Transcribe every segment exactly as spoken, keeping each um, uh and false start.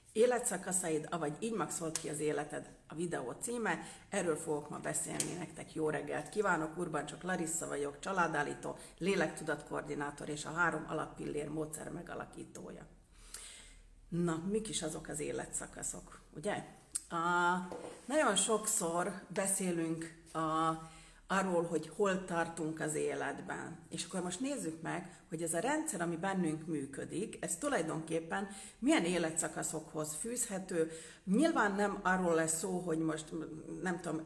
Életszakaszaid, avagy így maxolt ki az életed a videó címe. Erről fogok ma beszélni nektek. Jó reggelt kívánok, Urbancsok Larissa vagyok, családállító, lélektudatkoordinátor és a három alappillér módszer megalakítója. Na, mik is azok az életszakaszok, ugye? A, nagyon sokszor beszélünk a, arról, hogy hol tartunk az életben. És akkor most nézzük meg, hogy ez a rendszer, ami bennünk működik, ez tulajdonképpen milyen életszakaszokhoz fűzhető. Nyilván nem arról lesz szó, hogy most nem tudom,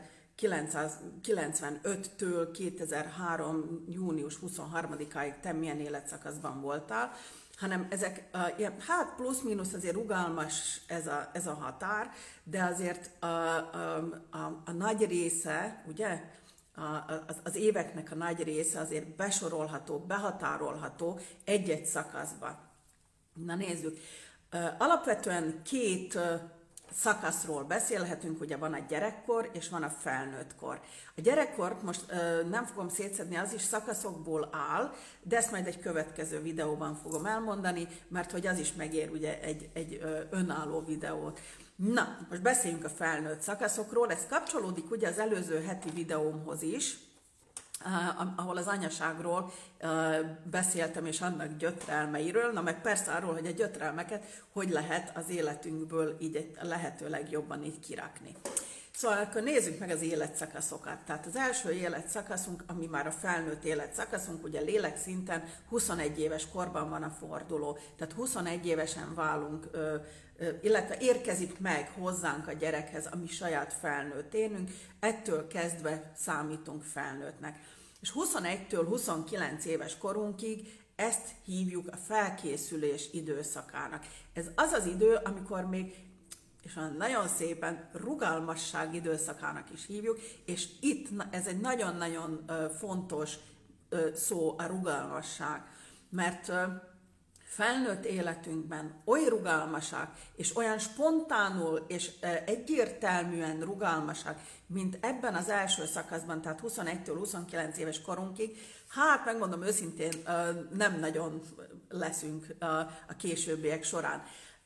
ezerkilencszázkilencvenöttől kétezer-három. június huszonharmadikáig te milyen életszakaszban voltál, hanem ezek, uh, hát plusz-minusz azért rugalmas ez a, ez a határ, de azért a, a, a, a nagy része, ugye, a, az, az éveknek a nagy része azért besorolható, behatárolható egy-egy szakaszba. Na nézzük, uh, alapvetően két uh, szakaszról beszélhetünk, ugye van a gyerekkor és van a felnőttkor. A gyerekkort most ö, nem fogom szétszedni, az is szakaszokból áll, de ezt majd egy következő videóban fogom elmondani, mert hogy az is megér ugye egy, egy ö, önálló videót. Na, most beszéljünk a felnőtt szakaszokról, ez kapcsolódik ugye az előző heti videómhoz is, ahol az anyaságról beszéltem, és annak gyötrelmeiről, na meg persze arról, hogy a gyötrelmeket hogy lehet az életünkből így lehető legjobban így kirakni. Szóval akkor nézzük meg az életszakaszokat. Tehát az első életszakaszunk, ami már a felnőtt életszakaszunk, ugye lélekszinten huszonegy éves korban van a forduló. Tehát huszonegy évesen válunk, illetve érkezik meg hozzánk a gyerekhez a mi saját felnőtt énünk, ettől kezdve számítunk felnőttnek. És huszonegytől huszonkilenc éves korunkig ezt hívjuk a felkészülés időszakának. Ez az az idő, amikor még, és nagyon szépen rugalmasság időszakának is hívjuk, és itt ez egy nagyon-nagyon fontos szó, a rugalmasság, mert felnőtt életünkben oly rugalmasak, és olyan spontánul és egyértelműen rugalmasak, mint ebben az első szakaszban, tehát huszonegytől huszonkilenc éves korunkig, hát megmondom őszintén, nem nagyon leszünk a későbbiek során.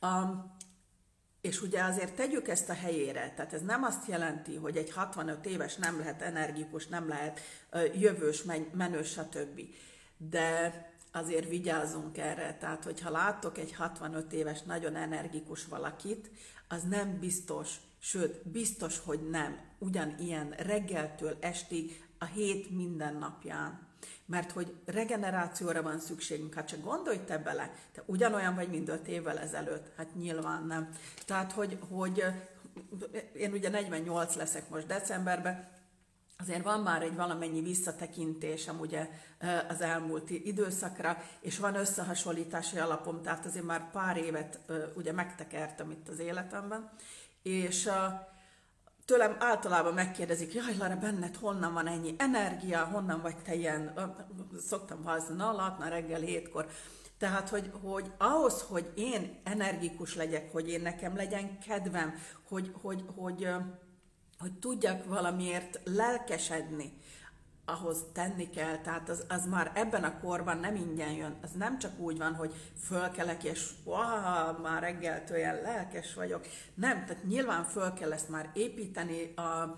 És ugye azért tegyük ezt a helyére, tehát ez nem azt jelenti, hogy egy hatvanöt éves nem lehet energikus, nem lehet jövős, menős, stb. De azért vigyázzunk erre, tehát hogyha láttok egy hatvanöt éves nagyon energikus valakit, az nem biztos, sőt biztos, hogy nem ugyanilyen reggeltől estig a hét minden napján. Mert hogy regenerációra van szükségünk, hát csak gondolj te bele, te ugyanolyan vagy, mint öt évvel ezelőtt, hát nyilván nem. Tehát, hogy, hogy én ugye negyvennyolc leszek most decemberben, azért van már egy valamennyi visszatekintésem ugye az elmúlt időszakra, és van összehasonlítási alapom, tehát azért már pár évet ugye megtekertem itt az életemben, és tőlem általában megkérdezik, jaj, Lara, benned honnan van ennyi energia, honnan vagy te ilyen, szoktam vázni, na, látna reggel hétkor. Tehát, hogy, hogy ahhoz, hogy én energikus legyek, hogy én nekem legyen kedvem, hogy, hogy, hogy, hogy tudjak valamiért lelkesedni, ahhoz tenni kell, tehát az, az már ebben a korban nem ingyen jön, az nem csak úgy van, hogy fölkelek, és wow, már reggeltől ilyen lelkes vagyok. Nem, tehát nyilván föl kell ezt már építeni, a, a,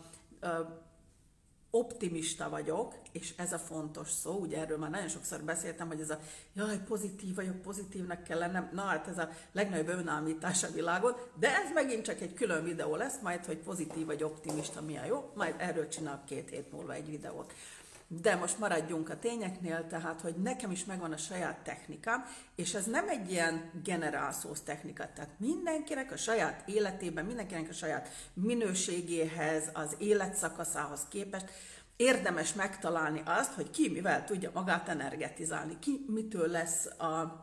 optimista vagyok, és ez a fontos szó, ugye erről már nagyon sokszor beszéltem, hogy ez a jaj, pozitív vagyok, pozitívnak kell lennem, na hát ez a legnagyobb önállítás a világon, de ez megint csak egy külön videó lesz, majd, hogy pozitív vagy optimista mi a jó, majd erről csinálok két hét múlva egy videót. De most maradjunk a tényeknél, tehát, hogy nekem is megvan a saját technikám, és ez nem egy ilyen generálszós technika, tehát mindenkinek a saját életében, mindenkinek a saját minőségéhez, az életszakaszához képest érdemes megtalálni azt, hogy ki mivel tudja magát energetizálni, ki mitől lesz a,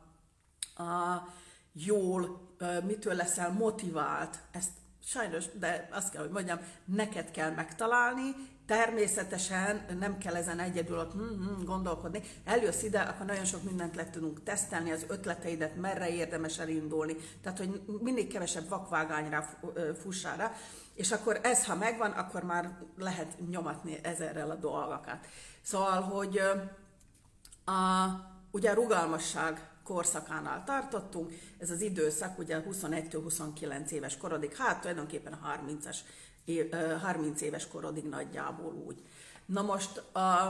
a jól, mitől leszel motivált, ezt sajnos, de azt kell, hogy mondjam, neked kell megtalálni, természetesen nem kell ezen egyedül hm, hm, gondolkodni. Eljössz ide, akkor nagyon sok mindent le tudunk tesztelni, az ötleteidet, merre érdemes elindulni, tehát hogy mindig kevesebb vakvágányra fussál rá, és akkor ez, ha megvan, akkor már lehet nyomatni ezerrel a dolgokat. Szóval, hogy a, ugye a rugalmasság korszakánál tartottunk, ez az időszak ugye huszonegytől huszonkilenc éves korodig, hát tulajdonképpen a harmincas, harminc éves korodig nagyjából úgy. Na most a,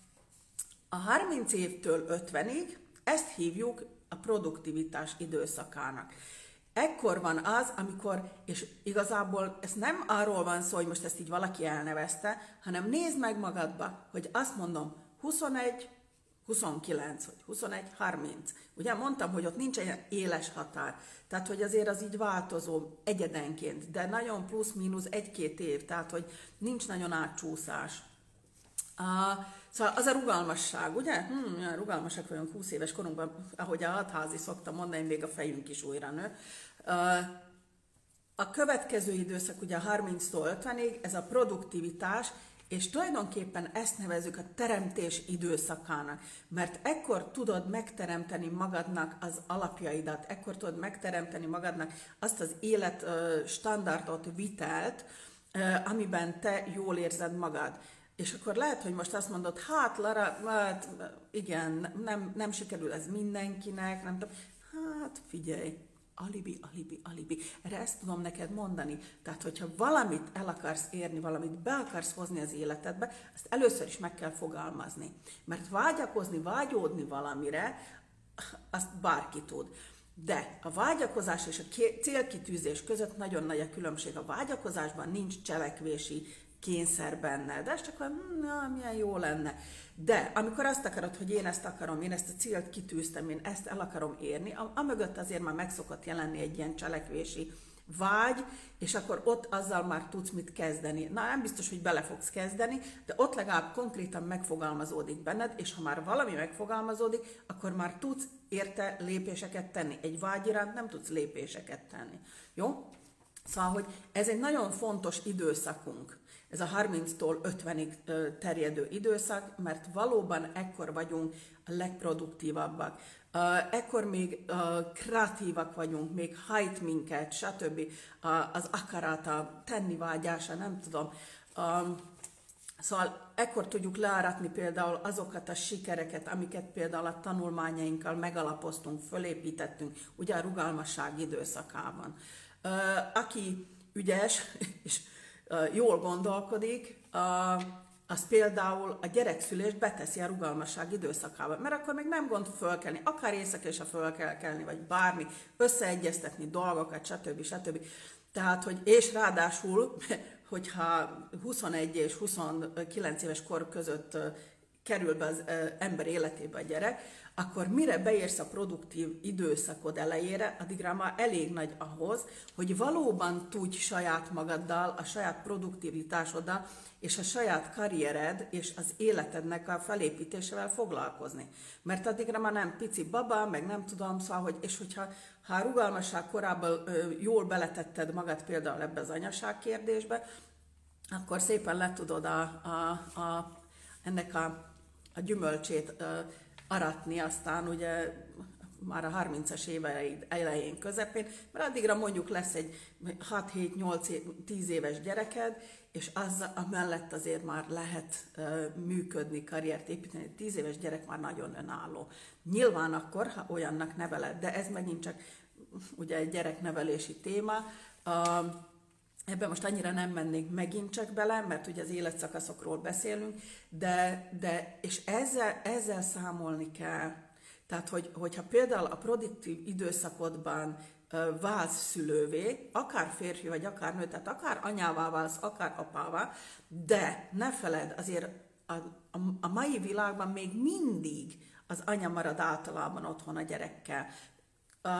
a harminc évtől ötvenig ezt hívjuk a produktivitás időszakának. Ekkor van az, amikor, és igazából ez nem arról van szó, hogy most ezt így valaki elnevezte, hanem nézd meg magadba, hogy azt mondom, huszonegy, huszonkilenc, vagy huszonegy, harminc. Ugye mondtam, hogy ott nincs egy éles határ, tehát hogy azért az így változó egyedenként, de nagyon plusz-mínusz egy-két év, tehát hogy nincs nagyon átcsúszás. Uh, szóval az a rugalmasság, ugye? Hmm, rugalmasak vagyunk húsz éves korunkban, ahogy a hatházi szokta mondani, még a fejünk is újra nő. Uh, a következő időszak, ugye a harminctól ötvenig, ez a produktivitás, és tulajdonképpen ezt nevezzük a teremtés időszakának, mert ekkor tudod megteremteni magadnak az alapjaidat, ekkor tudod megteremteni magadnak azt az élet uh, standardot, vitelt, uh, amiben te jól érzed magad. És akkor lehet, hogy most azt mondod, hát Lara, hát igen, nem, nem sikerül ez mindenkinek, nem tudom. Hát figyelj, alibi, alibi, alibi. Erre ezt tudom neked mondani. Tehát, hogyha valamit el akarsz érni, valamit be akarsz hozni az életedbe, azt először is meg kell fogalmazni. Mert vágyakozni, vágyódni valamire, azt bárki tud. De a vágyakozás és a célkitűzés között nagyon nagy a különbség. A vágyakozásban nincs cselekvési kényszer benne, de ez csak olyan, hm, milyen jó lenne. De amikor azt akarod, hogy én ezt akarom, én ezt a célt kitűztem, én ezt el akarom érni, amögött azért már meg szokott jelenni egy ilyen cselekvési vágy, és akkor ott azzal már tudsz mit kezdeni. Na, nem biztos, hogy bele fogsz kezdeni, de ott legalább konkrétan megfogalmazódik benned, és ha már valami megfogalmazódik, akkor már tudsz érte lépéseket tenni. Egy vágy iránt nem tudsz lépéseket tenni. Jó? Szóval, hogy ez egy nagyon fontos időszakunk. Ez a harminctól ötvenig terjedő időszak, mert valóban ekkor vagyunk a legproduktívabbak. Ekkor még kreatívak vagyunk, még hajt minket, stb. Az akarata, tennivágyása, nem tudom. Szóval ekkor tudjuk leáratni például azokat a sikereket, amiket például a tanulmányainkkal megalapoztunk, fölépítettünk, ugye a rugalmasság időszakában. Aki ügyes és jól gondolkodik, az például a gyerekszülést beteszi a rugalmasság időszakába, mert akkor még nem gond fölkelni, akár éjszaka is, ha föl kell kelni, vagy bármi, összeegyeztetni dolgokat, stb. stb. Tehát, hogy és ráadásul, hogyha huszonegy és huszonkilenc éves kor között kerül be az ember életébe a gyerek, akkor mire beérsz a produktív időszakod elejére, addigra már elég nagy ahhoz, hogy valóban tudj saját magaddal, a saját produktivitásoddal, és a saját karriered és az életednek a felépítésével foglalkozni. Mert addigra már nem pici baba, meg nem tudom, szóval, hogy, és hogyha ha a rugalmasság korában ö, jól beletetted magad például ebbe az anyaság kérdésbe, akkor szépen le tudod a, a, a, ennek a, a gyümölcsét ö, aratni aztán ugye már a harmincas éveid elején, közepén, mert addigra mondjuk lesz egy hat hét nyolc tíz éves gyereked, és az amellett azért már lehet uh, működni, karriert építeni. tíz éves gyerek már nagyon önálló. Nyilván akkor, ha olyannak neveled, de ez megint csak ugye egy gyereknevelési téma. Uh, Ebben most annyira nem mennénk megint csak bele, mert ugye az életszakaszokról beszélünk, de, de és ezzel, ezzel számolni kell. Tehát, hogy, hogyha például a produktív időszakodban uh, válsz szülővé, akár férfi vagy akár nő, tehát akár anyává válsz, akár apává, de ne feledd, azért a, a, a mai világban még mindig az anya marad általában otthon a gyerekkel. Uh,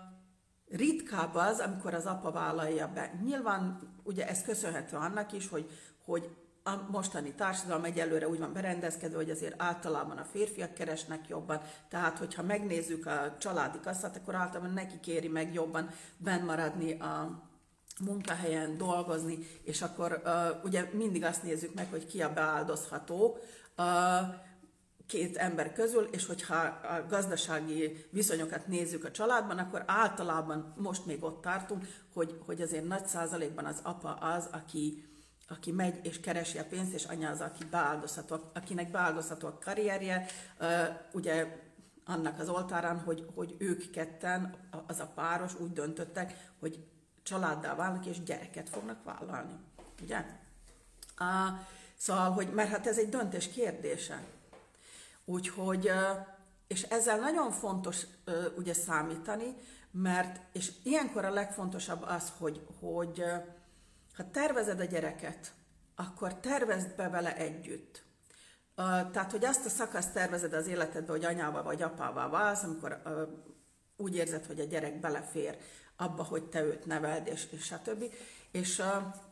Ritkább az, amikor az apa vállalja be. Nyilván ugye ez köszönhető annak is, hogy, hogy a mostani társadalom egyelőre úgy van berendezkedve, hogy azért általában a férfiak keresnek jobban, tehát hogyha megnézzük a családi kasszát, akkor általában neki kéri meg jobban benn maradni a munkahelyen, dolgozni, és akkor uh, ugye mindig azt nézzük meg, hogy ki a beáldozható, uh, két ember közül, és hogyha a gazdasági viszonyokat nézzük a családban, akkor általában most még ott tartunk, hogy, hogy azért nagy százalékban az apa az, aki, aki megy és keresi a pénzt, és anya az, aki beáldozható, akinek beáldozható a karrierje. Ugye annak az oltárán, hogy, hogy ők ketten, az a páros úgy döntöttek, hogy családdá válnak és gyereket fognak vállalni. Ugye? Uh, szóval, hogy, mert hát ez egy döntés kérdése. Úgyhogy, és ezzel nagyon fontos ugye számítani, mert, és ilyenkor a legfontosabb az, hogy, hogy ha tervezed a gyereket, akkor tervezd be vele együtt. Tehát, hogy azt a szakaszt tervezed az életedbe, hogy anyával vagy apával válsz, amikor úgy érzed, hogy a gyerek belefér abba, hogy te őt neveld, és, és stb. És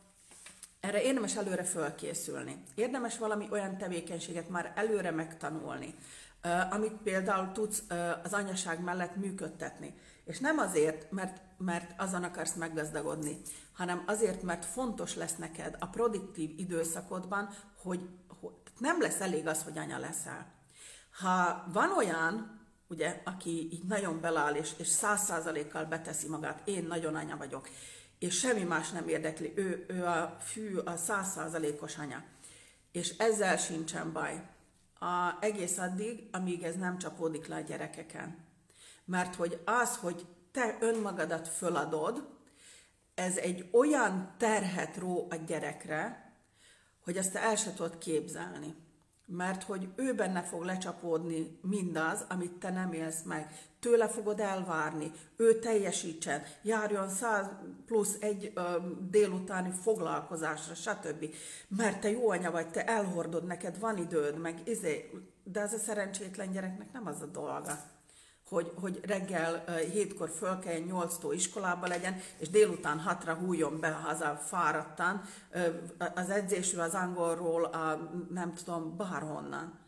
erre érdemes előre fölkészülni. Érdemes valami olyan tevékenységet már előre megtanulni, amit például tudsz az anyaság mellett működtetni. És nem azért, mert, mert azon akarsz meggazdagodni, hanem azért, mert fontos lesz neked a produktív időszakodban, hogy, hogy nem lesz elég az, hogy anya leszel. Ha van olyan, ugye, aki így nagyon beláll, és, és száz százalékkal beteszi magát, én nagyon anya vagyok, és semmi más nem érdekli, ő, ő a fű, a száz százalékos anya. És ezzel sincsen baj. A, egész addig, amíg ez nem csapódik le a gyerekeken. Mert hogy az, hogy te önmagadat föladod, ez egy olyan terhet ró a gyerekre, hogy azt te el se tudod képzelni. Mert hogy ő benne fog lecsapódni mindaz, amit te nem élsz meg. Tőle fogod elvárni, ő teljesítsen, járjon száz plusz egy ö, délutáni foglalkozásra, stb. Mert te jó anya vagy, te elhordod, neked van időd, meg izé. De ez a szerencsétlen gyereknek nem az a dolga, hogy, hogy reggel uh, hétkor fölkeljen, nyolctól iskolába legyen, és délután hatra hújjon be haza fáradtan, uh, az edzésről, az angolról, a, nem tudom, bárhonnan.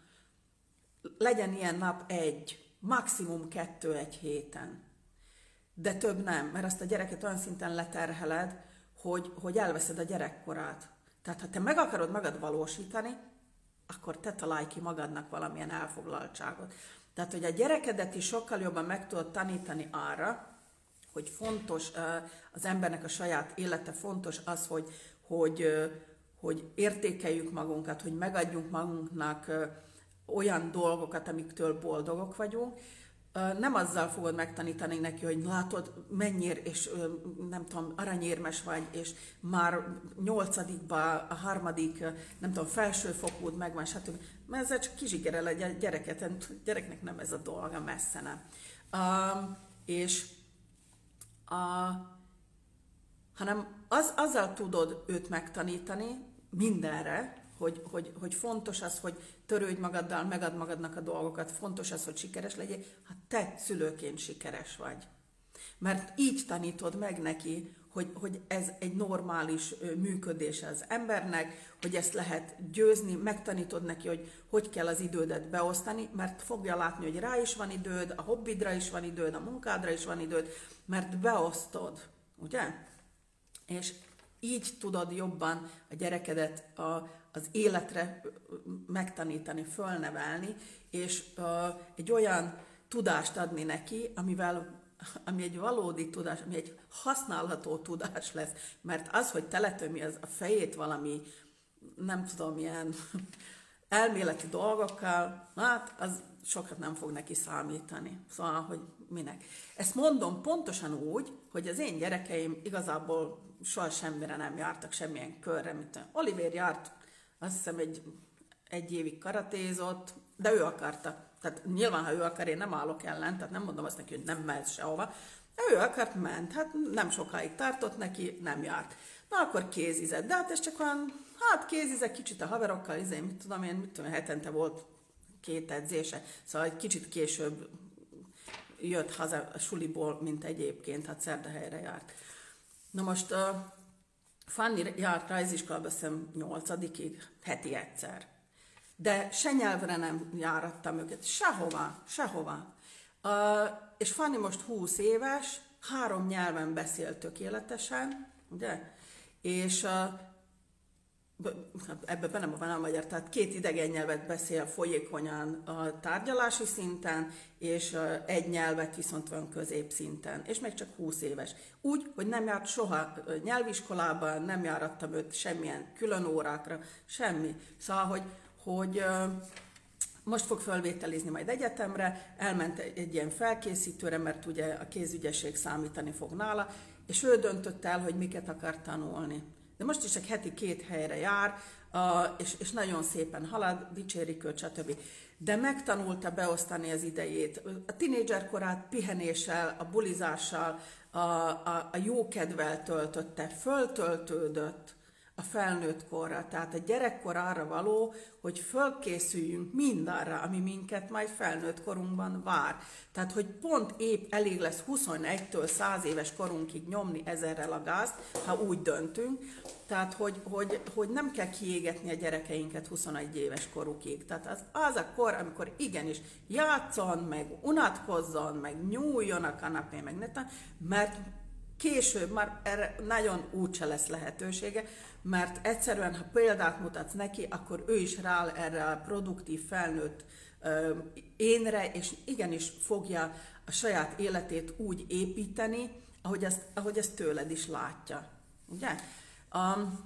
Legyen ilyen nap egy, maximum kettő egy héten. De több nem, mert azt a gyereket olyan szinten leterheled, hogy, hogy elveszed a gyerekkorát. Tehát ha te meg akarod magad valósítani, akkor te találj ki magadnak valamilyen elfoglaltságot. Tehát, hogy a gyerekedet is sokkal jobban meg tudod tanítani arra, hogy fontos az embernek a saját élete, fontos az, hogy, hogy, hogy értékeljük magunkat, hogy megadjunk magunknak olyan dolgokat, amiktől boldogok vagyunk. Nem azzal fogod megtanítani neki, hogy látod, mennyire, és nem tudom, aranyérmes vagy, és már nyolcadikban, a harmadik, nem tudom, felsőfokúd megvan, stb. Mert ezzel csak kizsigerel a gyereket, a gyereknek nem ez a dolga, messze nem. Uh, és uh, hanem az, azzal tudod őt megtanítani mindenre, Hogy, hogy, hogy fontos az, hogy törődj magaddal, megad magadnak a dolgokat, fontos az, hogy sikeres legyél, ha te szülőként sikeres vagy. Mert így tanítod meg neki, hogy, hogy ez egy normális működése az embernek, hogy ezt lehet győzni, megtanítod neki, hogy hogy kell az idődet beosztani, mert fogja látni, hogy rá is van időd, a hobbidra is van időd, a munkádra is van időd, mert beosztod, ugye? És így tudod jobban a gyerekedet a, az életre megtanítani, fölnevelni, és uh, egy olyan tudást adni neki, amivel, ami egy valódi tudás, ami egy használható tudás lesz. Mert az, hogy teletömi az a fejét valami, nem tudom, ilyen elméleti dolgokkal, hát az sokat nem fog neki számítani. Szóval, hogy minek. Ezt mondom pontosan úgy, hogy az én gyerekeim igazából soha semmire nem jártak, semmilyen körre, mint Oliver járt, azt hiszem egy, egy évig karatézott, de ő akarta. Tehát nyilván, ha ő akar, én nem állok ellen, tehát nem mondom azt neki, hogy nem mehet sehova. De ő akart, ment. Hát nem sokáig tartott neki, nem járt. Na akkor kézizett. De hát ez csak olyan, hát kézizett kicsit a haverokkal, izé, mit tudom én, mit tudom, hetente volt két edzése. Szóval egy kicsit később jött haza a suliból, mint egyébként, hát Szerdahelyre járt. Na most uh, Fanni járt rajziskolába, azt hiszem nyolcadikig, heti egyszer. De se nyelvre nem járattam őket, sehova, sehova. Uh, és Fanni most húsz éves, három nyelven beszél tökéletesen, ugye? És uh, ebben benne van a magyar, tehát két idegen nyelvet beszél folyékonyan a tárgyalási szinten, és egy nyelvet viszont van középszinten, és még csak húsz éves. Úgy, hogy nem járt soha nyelviskolában, nem járattam őt semmilyen külön órákra, semmi. Szóval, hogy, hogy most fog fölvételizni majd egyetemre, elment egy ilyen felkészítőre, mert ugye a kézügyesség számítani fog nála, és ő döntött el, hogy miket akar tanulni. De most is egy heti két helyre jár, és, és nagyon szépen halad, dicsérik őt, stb. De megtanulta beosztani az idejét. A tinédzserkorát pihenéssel, a bulizással, a, a, a jókedvel töltötte, föltöltődött a felnőtt korra. Tehát a gyerekkor arra való, hogy fölkészüljünk mindarra, ami minket majd felnőtt korunkban vár. Tehát, hogy pont épp elég lesz huszonegytől száz éves korunkig nyomni ezerrel a gázt, ha úgy döntünk. Tehát, hogy, hogy, hogy nem kell kiégetni a gyerekeinket huszonegy éves korukig. Tehát az, az a kor, amikor igenis játszon, meg unatkozzon, meg nyúljon a kanapén, meg ne, mert később már erre nagyon úgyse lesz lehetősége, mert egyszerűen, ha példát mutatsz neki, akkor ő is rááll erre a produktív, felnőtt ö, énre, és igenis fogja a saját életét úgy építeni, ahogy ezt, ahogy ezt tőled is látja. Ugye? Um,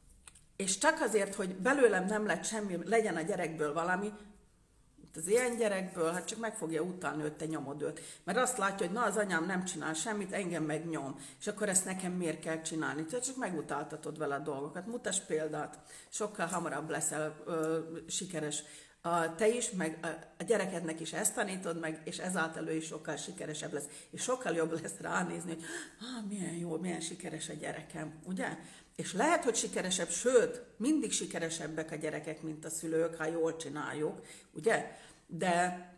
és csak azért, hogy belőlem nem lett semmi, legyen a gyerekből valami, az ilyen gyerekből, hát csak meg fogja utalni, hogy te nyomod őt. Mert azt látja, hogy na, az anyám nem csinál semmit, engem meg nyom. És akkor ezt nekem miért kell csinálni? Tehát csak megutáltatod vele a dolgokat. Mutass példát. Sokkal hamarabb leszel ö, sikeres a, te is, meg a, a gyerekednek is ezt tanítod meg, és ezáltal ő is sokkal sikeresebb lesz. És sokkal jobb lesz ránézni, hogy ah, milyen jó, milyen sikeres a gyerekem. Ugye? És lehet, hogy sikeresebb, sőt, mindig sikeresebbek a gyerekek, mint a szülők, ha jól csináljuk, ugye? De,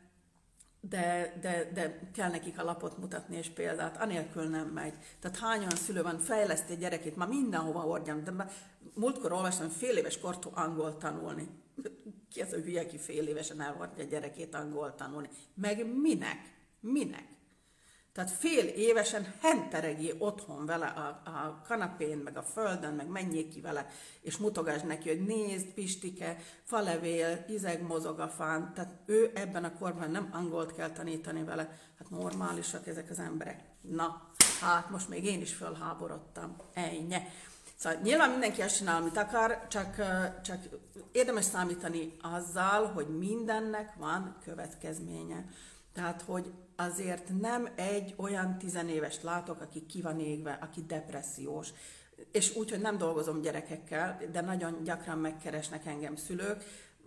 de, de, de kell nekik a lapot mutatni és példát, anélkül nem megy. Tehát hányan szülő van, fejleszti a gyerekét, ma mindenhova hordjam, de múltkor olvastam, hogy fél éves kortól angol tanulni. Ki az a hülye, aki fél évesen elhordja a gyerekét angol tanulni? Meg minek? Minek? Tehát fél évesen henteregjé otthon vele a, a kanapén, meg a földön, meg menjék ki vele, és mutogasd neki, hogy nézd, Pistike, falevél, izeg mozog a fán. Tehát ő ebben a korban nem angolt kell tanítani vele. Hát normálisak ezek az emberek. Na, hát most még én is fölháborodtam. Ennyi. Szóval nyilván mindenki azt csinál, amit akar, csak, csak érdemes számítani azzal, hogy mindennek van következménye. Tehát, hogy azért nem egy olyan tizenévest látok, aki ki van égve, aki depressziós. És úgy, hogy nem dolgozom gyerekekkel, de nagyon gyakran megkeresnek engem szülők.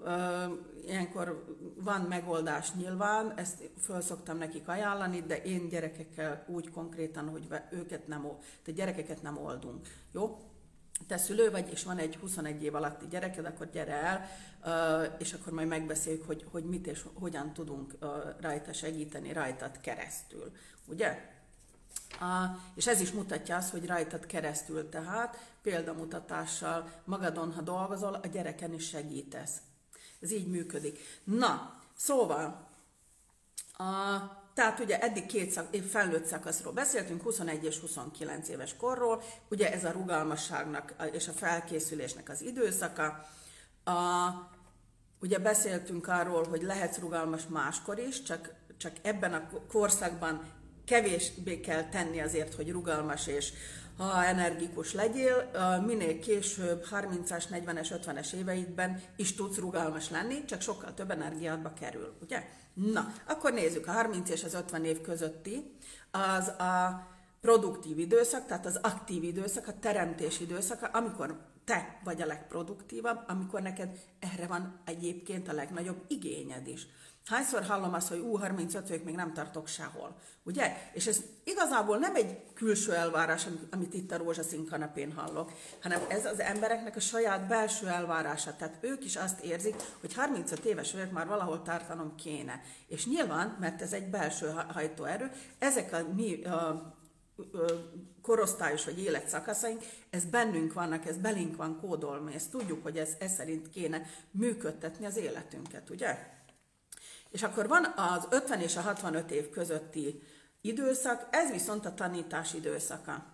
Ilyenkor van megoldás nyilván, ezt föl szoktam nekik ajánlani, de én gyerekekkel úgy konkrétan, hogy őket nem, de gyerekeket nem oldunk. Jó? Te szülő vagy, és van egy huszonegy év alatti gyereked, akkor gyere el, és akkor majd megbeszéljük, hogy, hogy mit és hogyan tudunk rajta segíteni, rajtad keresztül. Ugye? És ez is mutatja azt, hogy rajtad keresztül, tehát példamutatással magadon, ha dolgozol, a gyereken is segítesz. Ez így működik. Na, szóval, a, tehát ugye eddig két szak, felnőtt szakaszról beszéltünk, huszonegy és huszonkilenc éves korról, ugye ez a rugalmasságnak és a felkészülésnek az időszaka. A, ugye beszéltünk arról, hogy lehetsz rugalmas máskor is, csak, csak ebben a korszakban kevésbé kell tenni azért, hogy rugalmas és ha energikus legyél, minél később harmincas, negyvenes, ötvenes éveidben is tudsz rugalmas lenni, csak sokkal több energiádba kerül, ugye? Na, akkor nézzük, a harminc és az ötven év közötti az a produktív időszak, tehát az aktív időszak, a teremtés időszaka, amikor te vagy a legproduktívabb, amikor neked erre van egyébként a legnagyobb igényed is. Hányszor hallom azt, hogy ú, harmincöt évig még nem tartok sehol, ugye? És ez igazából nem egy külső elvárás, amit itt a rózsaszín kanapén hallok, hanem ez az embereknek a saját belső elvárása. Tehát ők is azt érzik, hogy harmincöt éves vagyok, már valahol tartanom kéne. És nyilván, mert ez egy belső hajtóerő, ezek a mi a, korosztályos vagy életszakaszaink, ez bennünk vannak, ez belénk van kódolva, ezt tudjuk, hogy ez, ez szerint kéne működtetni az életünket, ugye? És akkor van az ötven és a hatvanöt év közötti időszak, ez viszont a tanítás időszaka.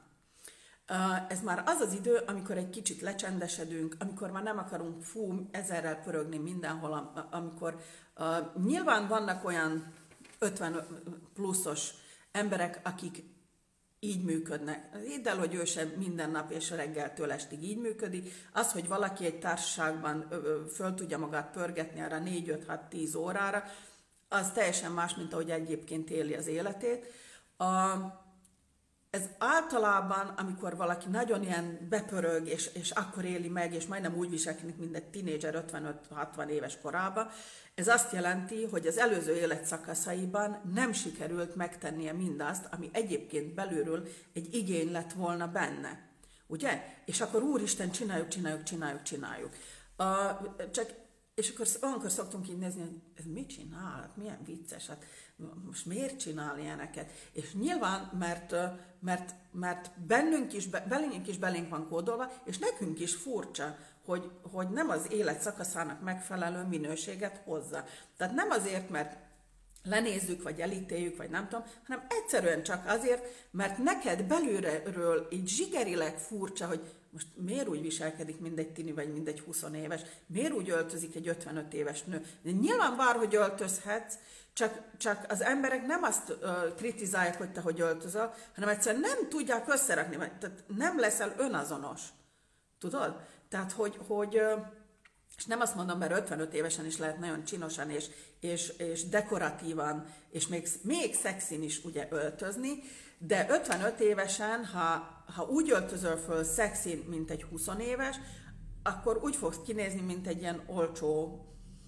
Ez már az az idő, amikor egy kicsit lecsendesedünk, amikor már nem akarunk fú, ezerrel pörögni mindenhol, amikor uh, nyilván vannak olyan ötven pluszos emberek, akik így működnek. Hidd el, hogy ő sem minden nap és reggeltől estig így működik. Az, hogy valaki egy társaságban föl tudja magát pörgetni arra négy öt hat tíz órára, az teljesen más, mint ahogy egyébként éli az életét. A, ez általában, amikor valaki nagyon ilyen bepörög, és, és akkor éli meg, és majdnem úgy viselkedik, mint egy tinédzser ötvenöt hatvan éves korában, ez azt jelenti, hogy az előző életszakaszaiban nem sikerült megtennie mindazt, ami egyébként belülről egy igény lett volna benne. Ugye? És akkor úristen, csináljuk, csináljuk, csináljuk, csináljuk. Uh, csak, és akkor olyankor szoktunk így nézni, hogy ez mit csinál? Hát milyen vicces, hát most miért csinál ilyeneket? És nyilván, mert, mert, mert bennünk is, belénk is belénk van kódolva, és nekünk is furcsa, hogy, hogy nem az élet szakaszának megfelelő minőséget hozza. Tehát nem azért, mert lenézzük, vagy elítéljük, vagy nem tudom, hanem egyszerűen csak azért, mert neked belülről így zsigerileg furcsa, hogy most miért úgy viselkedik, mint egy tini, vagy mint egy húsz éves, miért úgy öltözik egy ötvenöt éves nő. De nyilván bárhogy öltözhetsz, csak, csak az emberek nem azt uh, kritizálják, hogy te hogy öltözöl, hanem egyszerűen nem tudják összerakni, tehát nem leszel önazonos. Tudod? Tehát, hogy, hogy és nem azt mondom, mert ötvenöt évesen is lehet nagyon csinosan és, és, és dekoratívan, és még, még szexin is ugye öltözni, de ötvenöt évesen, ha, ha úgy öltözöl föl szexin, mint egy húsz éves, akkor úgy fogsz kinézni, mint egy ilyen olcsó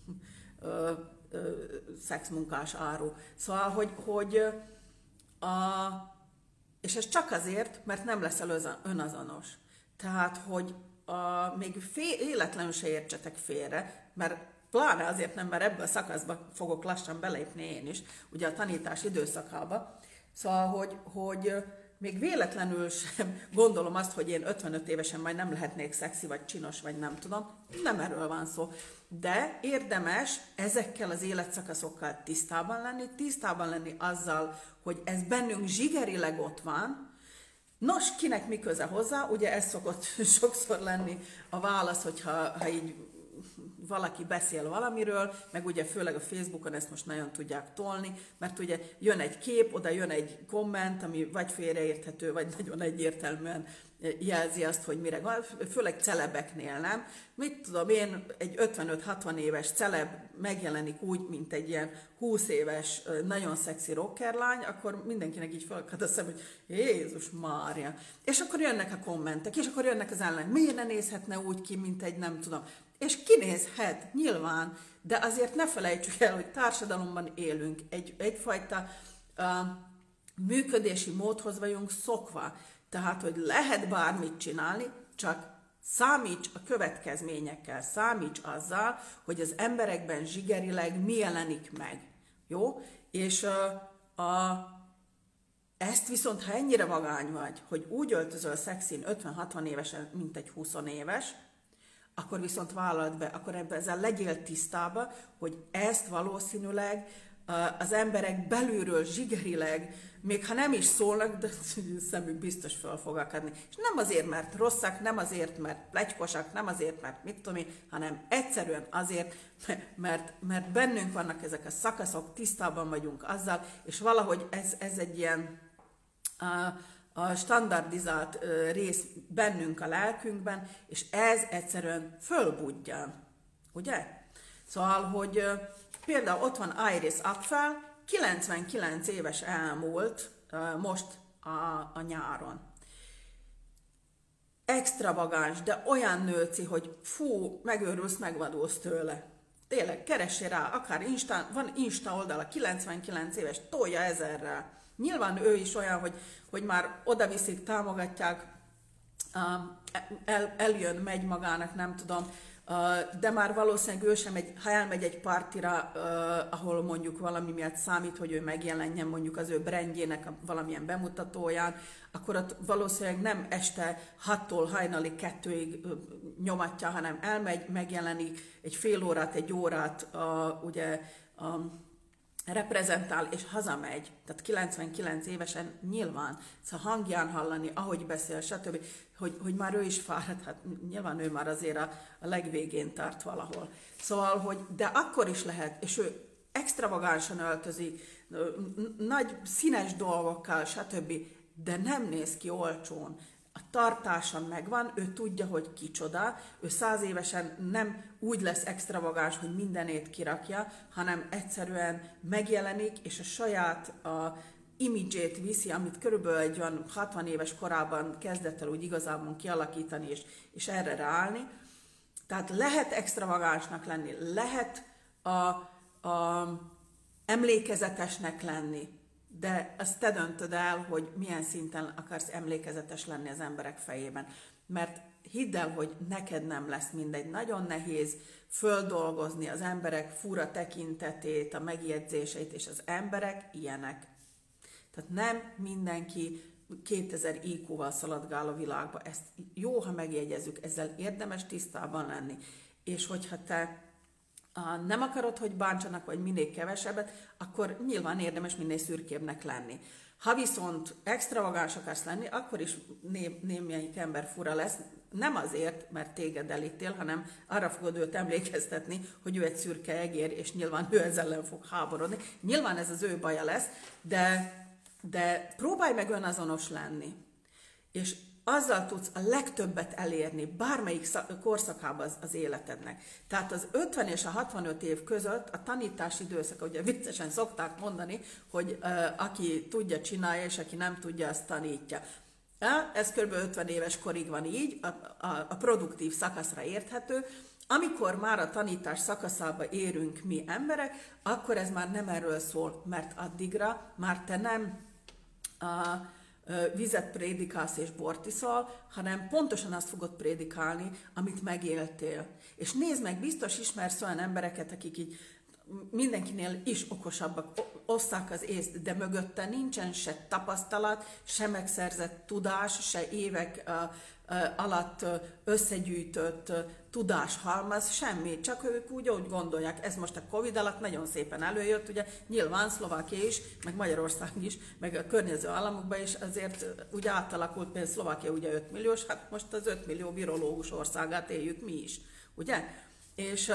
ö, ö, szexmunkás áru. Szóval, hogy, hogy a, és ez csak azért, mert nem leszel önazonos. Tehát, hogy A, még fél, életlenül se értsetek félre, mert pláne azért nem, mert ebben a szakaszba fogok lassan belépni én is, ugye a tanítás időszakába. Szóval, hogy, hogy még véletlenül sem gondolom azt, hogy én ötvenöt évesen majd nem lehetnék szexi, vagy csinos, vagy nem tudom. Nem erről van szó. De érdemes ezekkel az életszakaszokkal tisztában lenni, tisztában lenni azzal, hogy ez bennünk zsigerileg ott van. Nos, kinek mi köze hozzá? Ugye ez szokott sokszor lenni a válasz, hogyha ha így valaki beszél valamiről, meg ugye főleg a Facebookon ezt most nagyon tudják tolni, mert ugye jön egy kép, oda jön egy komment, ami vagy félreérthető, vagy nagyon egyértelműen jelzi azt, hogy mire van, főleg celebeknél, nem? Mit tudom én, egy ötvenöt hatvan éves celeb megjelenik úgy, mint egy ilyen húsz éves, nagyon szexi rockerlány, akkor mindenkinek így felakad a szem, hogy Jézus Mária. És akkor jönnek a kommentek, és akkor jönnek az ellen, miért ne nézhetne úgy ki, mint egy nem tudom. És kinézhet, nyilván, de azért ne felejtsük el, hogy társadalomban élünk, egy, egyfajta uh, működési módhoz vagyunk szokva. Tehát, hogy lehet bármit csinálni, csak számíts a következményekkel, számíts azzal, hogy az emberekben zsigerileg mi jelenik meg. Jó? És uh, a, ezt viszont, ha ennyire vagány vagy, hogy úgy öltözöl szexin ötven hatvan évesen, mint egy húsz éves, akkor viszont vállald be, akkor ebben ezzel legyél tisztában, hogy ezt valószínűleg az emberek belülről zsigerileg, még ha nem is szólnak, de szemük biztos fel fog akadni. És nem azért, mert rosszak, nem azért, mert pletykosak, nem azért, mert mit tudom én, hanem egyszerűen azért, mert, mert bennünk vannak ezek a szakaszok, tisztában vagyunk azzal, és valahogy ez, ez egy ilyen a, a standardizált rész bennünk a lelkünkben, és ez egyszerűen fölbudjan. Ugye? Szóval, hogy például ott van Iris Apfel, kilencvenkilenc éves elmúlt most a, a nyáron. Extravagáns, de olyan nőci, hogy fú, megőrülsz, megvadulsz tőle. Tényleg, keressél rá, akár Insta, van Insta oldala, kilencvenkilenc éves, tolja ezerrel. Nyilván ő is olyan, hogy, hogy már odaviszik, támogatják, el, eljön, megy magának, nem tudom, de már valószínűleg ő sem, egy, ha elmegy egy partira, ahol mondjuk valami miatt számít, hogy ő megjelenjen mondjuk az ő brandjének valamilyen bemutatóján, akkor ott valószínűleg nem este hattól hajnali kettőig nyomatja, hanem elmegy, megjelenik egy fél órát, egy órát, ugye a reprezentál, és hazamegy, tehát kilencvenkilenc évesen nyilván, szóval hangján hallani, ahogy beszél, stb., hogy, hogy már ő is fáradt, hát nyilván ő már azért a, a legvégén tart valahol. Szóval, hogy de akkor is lehet, és ő extravagánsan öltözik, nagy színes dolgokkal, stb., de nem néz ki olcsón. A tartása megvan, ő tudja, hogy kicsoda, ő száz évesen nem úgy lesz extravagáns, hogy mindenét kirakja, hanem egyszerűen megjelenik, és a saját a imidzsét viszi, amit körülbelül egy olyan hatvan éves korában kezdett el úgy igazából kialakítani, és, és erre ráállni. Tehát lehet extravagánsnak lenni, lehet a, a emlékezetesnek lenni, de azt te döntöd el, hogy milyen szinten akarsz emlékezetes lenni az emberek fejében. Mert hidd el, hogy neked nem lesz mindegy. Nagyon nehéz földolgozni az emberek fura tekintetét, a megjegyzéseit, és az emberek ilyenek. Tehát nem mindenki kétezer I Q-val szaladgál a világba. Ezt jó, ha megjegyezzük, ezzel érdemes tisztában lenni. És hogyha te nem akarod, hogy bántsanak, vagy minél kevesebbet, akkor nyilván érdemes minél szürkébbnek lenni. Ha viszont extravagáns akarsz lenni, akkor is né- némelyik ember fura lesz, nem azért, mert téged elítél, hanem arra fogod őt emlékeztetni, hogy ő egy szürke egér, és nyilván ő ezzel ellen fog háborodni. Nyilván ez az ő baja lesz, de, de próbálj meg önazonos lenni. És azzal tudsz a legtöbbet elérni bármelyik korszakában az, az életednek. Tehát az ötven és a hatvanöt év között a tanítási időszak, ugye viccesen szokták mondani, hogy uh, aki tudja, csinálja, és aki nem tudja, azt tanítja. Ja, ez kb. ötven éves korig van így, a, a, a produktív szakaszra érthető. Amikor már a tanítás szakaszába érünk mi emberek, akkor ez már nem erről szól, mert addigra már te nem uh, vizet prédikálsz és bort iszol, hanem pontosan azt fogod prédikálni, amit megéltél. És nézd meg, biztos ismersz olyan embereket, akik így mindenkinél is okosabbak, osszák az észt, de mögötte nincsen se tapasztalat, se megszerzett tudás, se évek alatt összegyűjtött tudáshalmaz, semmi, csak ők úgy, úgy gondolják. Ez most a Covid alatt nagyon szépen előjött, ugye nyilván Szlovákia is, meg Magyarország is, meg a környező államokban is azért úgy átalakult, például Szlovákia ugye öt milliós, hát most az öt millió virológus országát éljük mi is, ugye? És,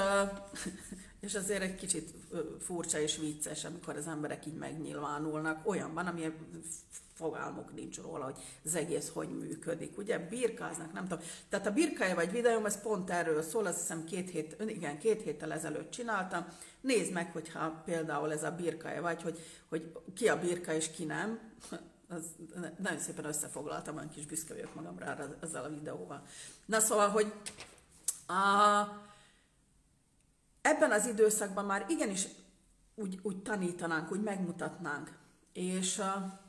és azért egy kicsit furcsa és vicces, amikor az emberek így megnyilvánulnak olyanban, ami fogalmuk nincs róla, hogy az egész hogy működik. Ugye birkáznak, nem tudom. Tehát a birkája vagy videóm, ez pont erről szól, azt hiszem két hét, igen, két héttel ezelőtt csináltam. Nézd meg, hogyha például ez a birkája vagy, hogy, hogy ki a birka és ki nem. Az, nagyon szépen összefoglaltam, olyan kis büszke vagyok magamra ezzel a videóval. Na szóval, hogy a, ebben az időszakban már igenis úgy, úgy tanítanánk, úgy megmutatnánk. És a,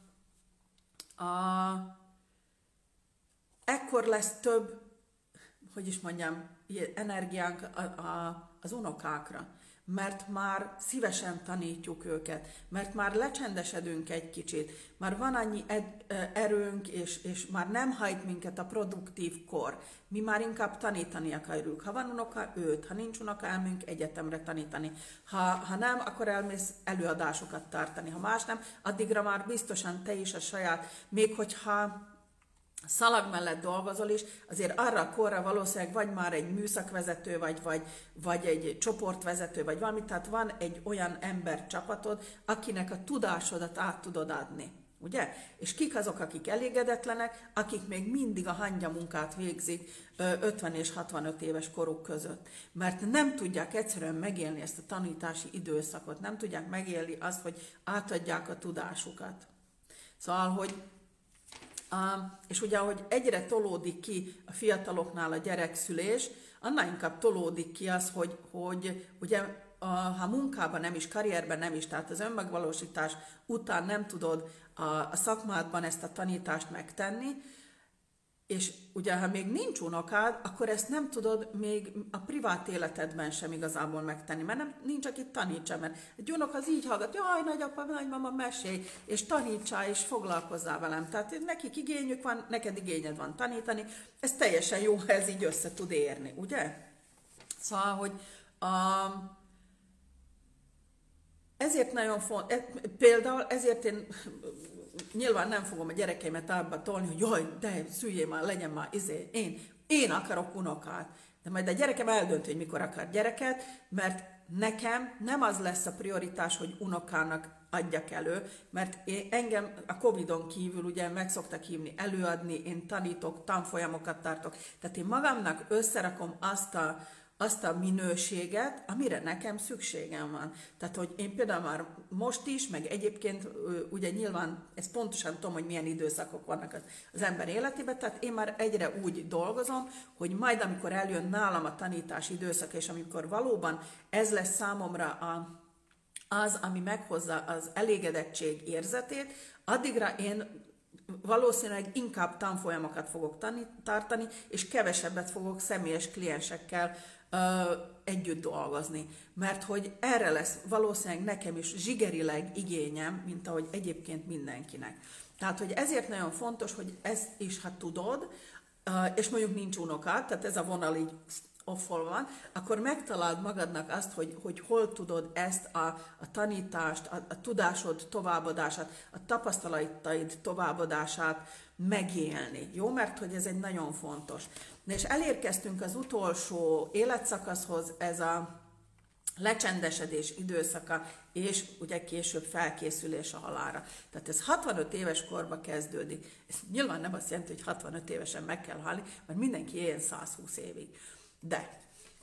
a, ekkor lesz több, hogy is mondjam, energiánk a, a, az unokákra, mert már szívesen tanítjuk őket, mert már lecsendesedünk egy kicsit, már van annyi ed, erőnk, és, és már nem hajt minket a produktív kor. Mi már inkább tanítani akarjuk. Ha van unoka, őt, ha nincs unoka, elmegyünk egyetemre tanítani. Ha, ha nem, akkor elmész előadásokat tartani. Ha más nem, addigra már biztosan te is a saját, még hogyha szalag mellett dolgozol is, azért arra a korra valószínűleg vagy már egy műszakvezető, vagy, vagy, vagy egy csoportvezető, vagy valami, tehát van egy olyan embercsapatod, akinek a tudásodat át tudod adni. Ugye? És kik azok, akik elégedetlenek, akik még mindig a hangya munkát végzik ötven és hatvanöt éves koruk között. Mert nem tudják egyszerűen megélni ezt a tanítási időszakot, nem tudják megélni azt, hogy átadják a tudásukat. Szóval, hogy Uh, és ugye, ahogy egyre tolódik ki a fiataloknál a gyerekszülés, annál inkább tolódik ki az, hogy, hogy ugye, uh, ha munkában nem is, karrierben nem is, tehát az önmegvalósítás után nem tudod a, a szakmádban ezt a tanítást megtenni, és ugye, ha még nincs unokád, akkor ezt nem tudod még a privát életedben sem igazából megtenni, mert nem, nincs, aki tanítsa, mert egy unok az így hallgat, jaj, nagyapa, nagymama, mesélj, és tanítsál, és foglalkozzál velem. Tehát nekik igényük van, neked igényed van tanítani, ez teljesen jó, ha ez így össze tud érni, ugye? Szóval, hogy a, ezért nagyon fontos, például ezért én nyilván nem fogom a gyerekeimet abba tolni, hogy jaj, de szüljél már, legyen már, izé, én, én akarok unokát. De majd a gyerekem eldönti, hogy mikor akar gyereket, mert nekem nem az lesz a prioritás, hogy unokának adjak elő, mert én, engem a Covidon kívül ugye meg szoktak hívni előadni, én tanítok, tanfolyamokat tartok, tehát én magamnak összerakom azt a, azt a minőséget, amire nekem szükségem van. Tehát, hogy én például már most is, meg egyébként ugye nyilván, ezt pontosan tudom, hogy milyen időszakok vannak az, az ember életében, tehát én már egyre úgy dolgozom, hogy majd amikor eljön nálam a tanítás időszak, és amikor valóban ez lesz számomra a, az, ami meghozza az elégedettség érzetét, addigra én valószínűleg inkább tanfolyamokat fogok tani, tartani, és kevesebbet fogok személyes kliensekkel ö, együtt dolgozni. Mert hogy erre lesz valószínűleg nekem is zsigerileg igényem, mint ahogy egyébként mindenkinek. Tehát, hogy ezért nagyon fontos, hogy ezt is, ha tudod, ö, és mondjuk nincs unoka, tehát ez a vonal így offol van, akkor megtaláld magadnak azt, hogy, hogy hol tudod ezt a, a tanítást, a, a tudásod továbbadását, a tapasztalataid továbbadását megélni. Jó? Mert hogy ez egy nagyon fontos. Na és elérkeztünk az utolsó életszakaszhoz, ez a lecsendesedés időszaka, és ugye később felkészülés a halálra. Tehát ez hatvanöt éves korba kezdődik. Ez nyilván nem azt jelenti, hogy hatvanöt évesen meg kell halni, mert mindenki éljen százhúsz évig. De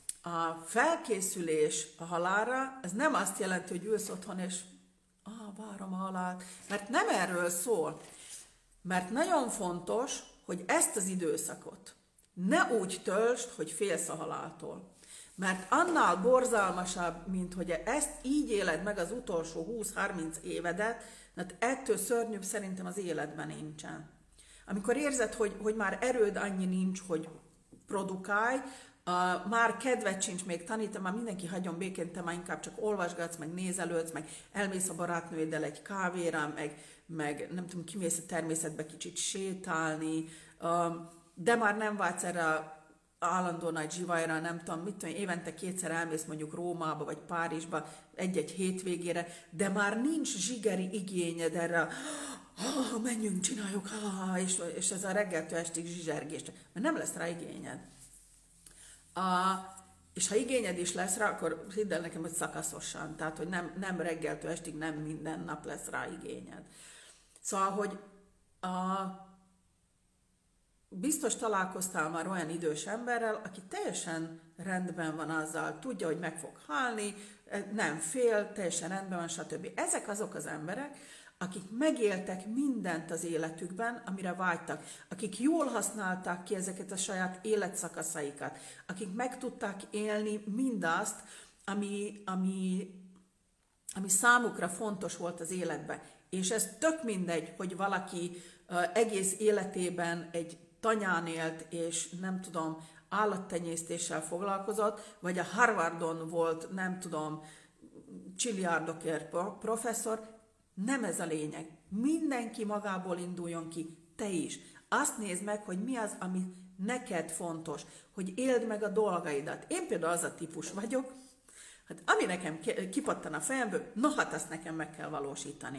a felkészülés a halálra, ez nem azt jelenti, hogy ülsz otthon, és ah, várom a halált, mert nem erről szól. Mert nagyon fontos, hogy ezt az időszakot ne úgy töltsd, hogy félsz a haláltól. Mert annál borzalmasabb, mint hogy ezt így éled meg az utolsó húsz-harminc évedet, mert ettől szörnyűbb szerintem az életben nincsen. Amikor érzed, hogy, hogy már erőd annyi nincs, hogy produkálj, Uh, már kedved sincs még tanítani, már mindenki hagyjon békén, te már inkább csak olvasgatsz, meg nézelődsz, meg elmész a barátnőiddel egy kávéra, meg, meg nem tudom, kimész a természetbe kicsit sétálni, uh, de már nem vágysz erre a állandó nagy zsivajra, nem tudom, mit tudom, évente kétszer elmész mondjuk Rómába, vagy Párizsba egy-egy hétvégére, de már nincs zsigeri igényed erre, ah, menjünk, csináljuk, ah, és, és ez a reggeltől estig zsizsergés, mert nem lesz rá igényed. A, és ha igényed is lesz rá, akkor hidd el nekem, hogy szakaszosan, tehát hogy nem, nem reggeltől estig, nem minden nap lesz rá igényed. Szóval, hogy a, biztos találkoztál már olyan idős emberrel, aki teljesen rendben van azzal, tudja, hogy meg fog halni, nem fél, teljesen rendben van, stb. Ezek azok az emberek, akik megéltek mindent az életükben, amire vágytak, akik jól használták ki ezeket a saját életszakaszaikat, akik meg tudták élni mindazt, ami, ami, ami számukra fontos volt az életben. És ez tök mindegy, hogy valaki uh, egész életében egy tanyán élt, és nem tudom, állattenyésztéssel foglalkozott, vagy a Harvardon volt, nem tudom, csilliárdokért professzor. Nem ez a lényeg. Mindenki magából induljon ki, te is. Azt nézd meg, hogy mi az, ami neked fontos, hogy éld meg a dolgaidat. Én például az a típus vagyok, hát ami nekem kipattan a fejemből, no hát azt nekem meg kell valósítani.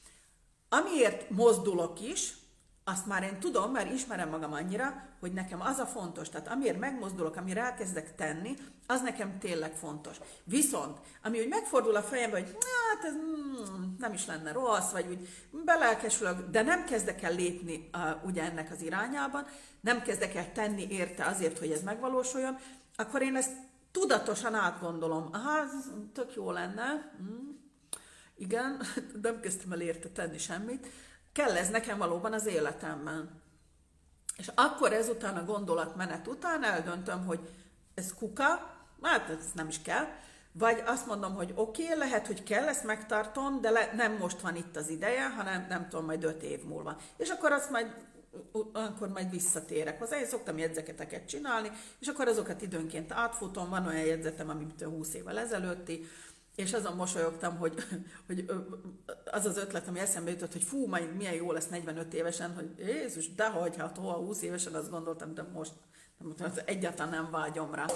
Amiért mozdulok is, azt már én tudom, mert ismerem magam annyira, hogy nekem az a fontos, tehát amiért megmozdulok, amire elkezdek tenni, az nekem tényleg fontos. Viszont, ami úgy megfordul a fejembe, hogy hát ez mm, nem is lenne rossz, vagy úgy belelkesülök, de nem kezdek el lépni uh, ugye ennek az irányában, nem kezdek el tenni érte azért, hogy ez megvalósuljon, akkor én ezt tudatosan átgondolom. Aha, ez tök jó lenne, mm, igen, nem kezdtem el érte tenni semmit, kell ez nekem valóban az életemben. És akkor ezután a gondolatmenet után eldöntöm, hogy ez kuka, hát ez nem is kell, vagy azt mondom, hogy oké, okay, lehet, hogy kell, ezt megtartom, de le, nem most van itt az ideje, hanem nem tudom, majd öt év múlva. És akkor azt majd, akkor majd visszatérek hozzá. Én szoktam jegyzeteket csinálni, és akkor azokat időnként átfutom, van olyan jegyzetem, amit húsz évvel ezelőtti, és azon mosolyogtam, hogy, hogy az az ötlet, ami eszembe jutott, hogy fú, majd milyen jó lesz negyvenöt évesen, hogy Jézus, dehogy, hát hol húsz évesen azt gondoltam, de most nem, egyáltalán nem vágyom rá.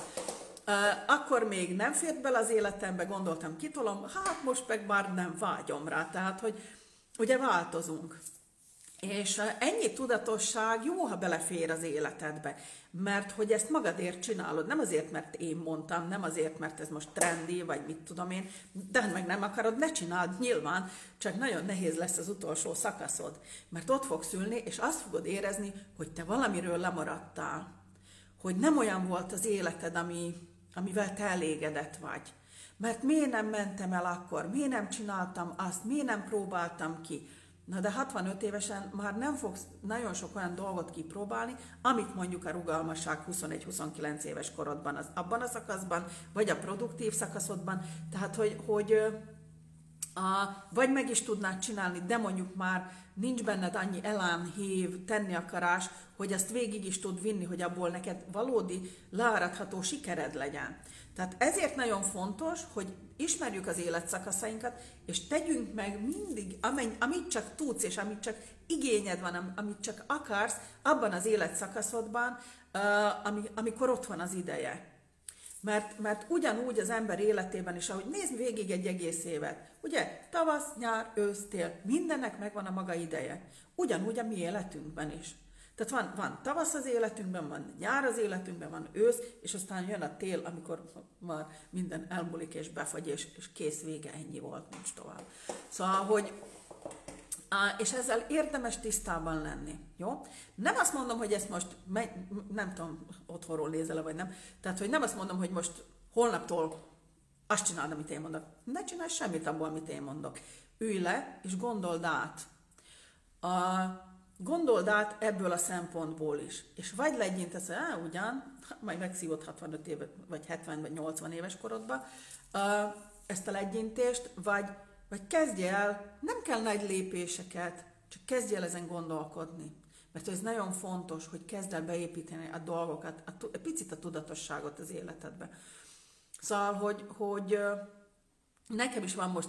Akkor még nem fért bele az életembe, gondoltam, kitolom, hát most meg már nem vágyom rá, tehát, hogy ugye változunk. És ennyi tudatosság jó, ha belefér az életedbe, mert hogy ezt magadért csinálod, nem azért, mert én mondtam, nem azért, mert ez most trendi, vagy mit tudom én, de meg nem akarod, ne csináld, nyilván, csak nagyon nehéz lesz az utolsó szakaszod, mert ott fogsz ülni, és azt fogod érezni, hogy te valamiről lemaradtál, hogy nem olyan volt az életed, ami, amivel te elégedett vagy. Mert miért nem mentem el akkor, miért nem csináltam azt, miért nem próbáltam ki. Na de hatvanöt évesen már nem fogsz nagyon sok olyan dolgot kipróbálni, amit mondjuk a rugalmasság huszonegy-huszonkilenc éves korodban, az, abban a szakaszban, vagy a produktív szakaszodban, tehát hogy, hogy a, vagy meg is tudnád csinálni, de mondjuk már nincs benned annyi elán, hív, tenni akarás, hogy azt végig is tud vinni, hogy abból neked valódi, leáradható sikered legyen. Tehát ezért nagyon fontos, hogy ismerjük az életszakaszainkat, és tegyünk meg mindig, amennyi, amit csak tudsz, és amit csak igényed van, amit csak akarsz, abban az életszakaszodban, amikor ott van az ideje. Mert, mert ugyanúgy az ember életében is, ahogy nézd végig egy egész évet, ugye, tavasz, nyár, ősz, tél, mindennek megvan a maga ideje. Ugyanúgy a mi életünkben is. Tehát van, van tavasz az életünkben, van nyár az életünkben, van ősz, és aztán jön a tél, amikor már minden elmúlik és befagy, és, és kész, vége, ennyi volt, nincs tovább. Szóval, hogy és ezzel érdemes tisztában lenni, jó? Nem azt mondom, hogy ezt most, nem tudom, otthonról nézel vagy nem, tehát, hogy nem azt mondom, hogy most holnaptól azt csináld, amit én mondok. Ne csinálj semmit abból, amit én mondok. Ülj le, és gondold át. A, gondold át ebből a szempontból is. És vagy legyintesz, hogy ugyan, majd megszívod hatvanöt éve, vagy hetven, vagy nyolcvan éves korodba ezt a legyintést, vagy Vagy kezdj el, nem kell nagy lépéseket, csak kezdj el ezen gondolkodni. Mert ez nagyon fontos, hogy kezd el beépíteni a dolgokat, a, a picit a tudatosságot az életedbe. Szóval, hogy, hogy nekem is van most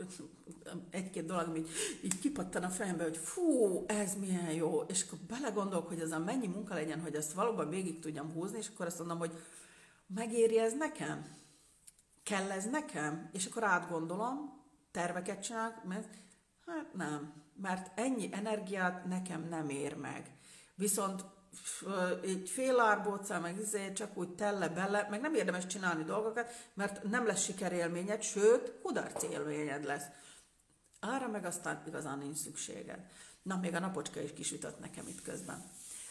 egy-két dolog, ami így kipattan a fejembe, hogy fú, ez milyen jó, és akkor belegondolok, hogy az a mennyi munka legyen, hogy ezt valóban végig tudjam húzni, és akkor azt mondom, hogy megéri ez nekem? Kell ez nekem? És akkor átgondolom, terveket csinálok, mert hát nem, mert ennyi energiát nekem nem ér meg. Viszont egy fél árbóccal, meg izé, csak úgy telle bele, meg nem érdemes csinálni dolgokat, mert nem lesz sikerélményed, sőt, kudarc élményed lesz. Arra meg aztán igazán nincs szükséged. Na, még a napocska is kisütött nekem itt közben.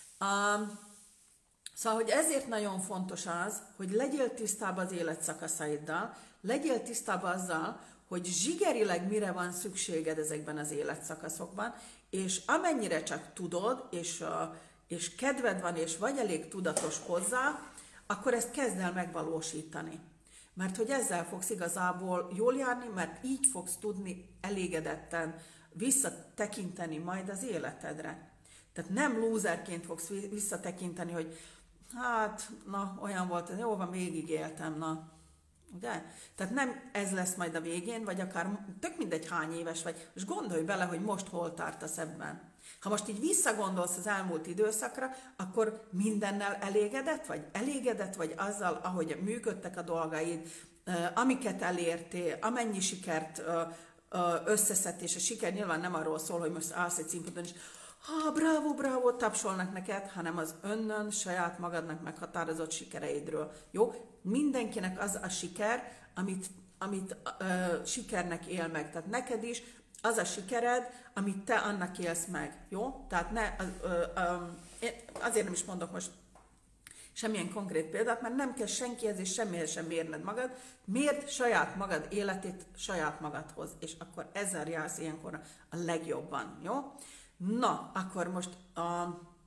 Um, Szóval, hogy ezért nagyon fontos az, hogy legyél tisztában az életszakaszaiddal, legyél tisztában azzal, hogy zsigerileg mire van szükséged ezekben az életszakaszokban, és amennyire csak tudod, és, és kedved van, és vagy elég tudatos hozzá, akkor ezt kezd el megvalósítani. Mert hogy ezzel fogsz igazából jól járni, mert így fogsz tudni elégedetten visszatekinteni majd az életedre. Tehát nem lúzerként fogsz visszatekinteni, hogy hát, na, olyan volt, jó van, végigéltem, na. Ugye? Tehát nem ez lesz majd a végén, vagy akár tök mindegy hány éves vagy, és gondolj bele, hogy most hol tartasz ebben. Ha most így visszagondolsz az elmúlt időszakra, akkor mindennel elégedett vagy? Elégedett vagy azzal, ahogy működtek a dolgaid, amiket elértél, amennyi sikert összeszedtél, és a siker nyilván nem arról szól, hogy most állsz egy színpadon, és ha, bravo, bravo, tapsolnak neked, hanem az önnön, saját magadnak meghatározott sikereidről. Jó? Mindenkinek az a siker, amit, amit uh, sikernek él meg. Tehát neked is az a sikered, amit te annak élsz meg. Jó? Tehát ne, uh, uh, um, azért nem is mondok most semmilyen konkrét példát, mert nem kell senkihez és semmihez sem mérned magad. Mérd saját magad életét saját magadhoz, és akkor ezzel jársz ilyenkor a legjobban. Jó? Na, akkor most a